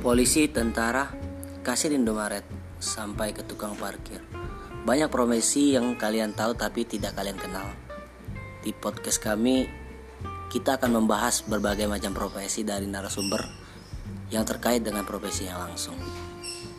Polisi, tentara, kasir Indomaret, sampai ke tukang parkir. Banyak profesi yang kalian tahu tapi tidak kalian kenal. Di podcast kami, kita akan membahas berbagai macam profesi dari narasumber yang terkait dengan profesinya langsung.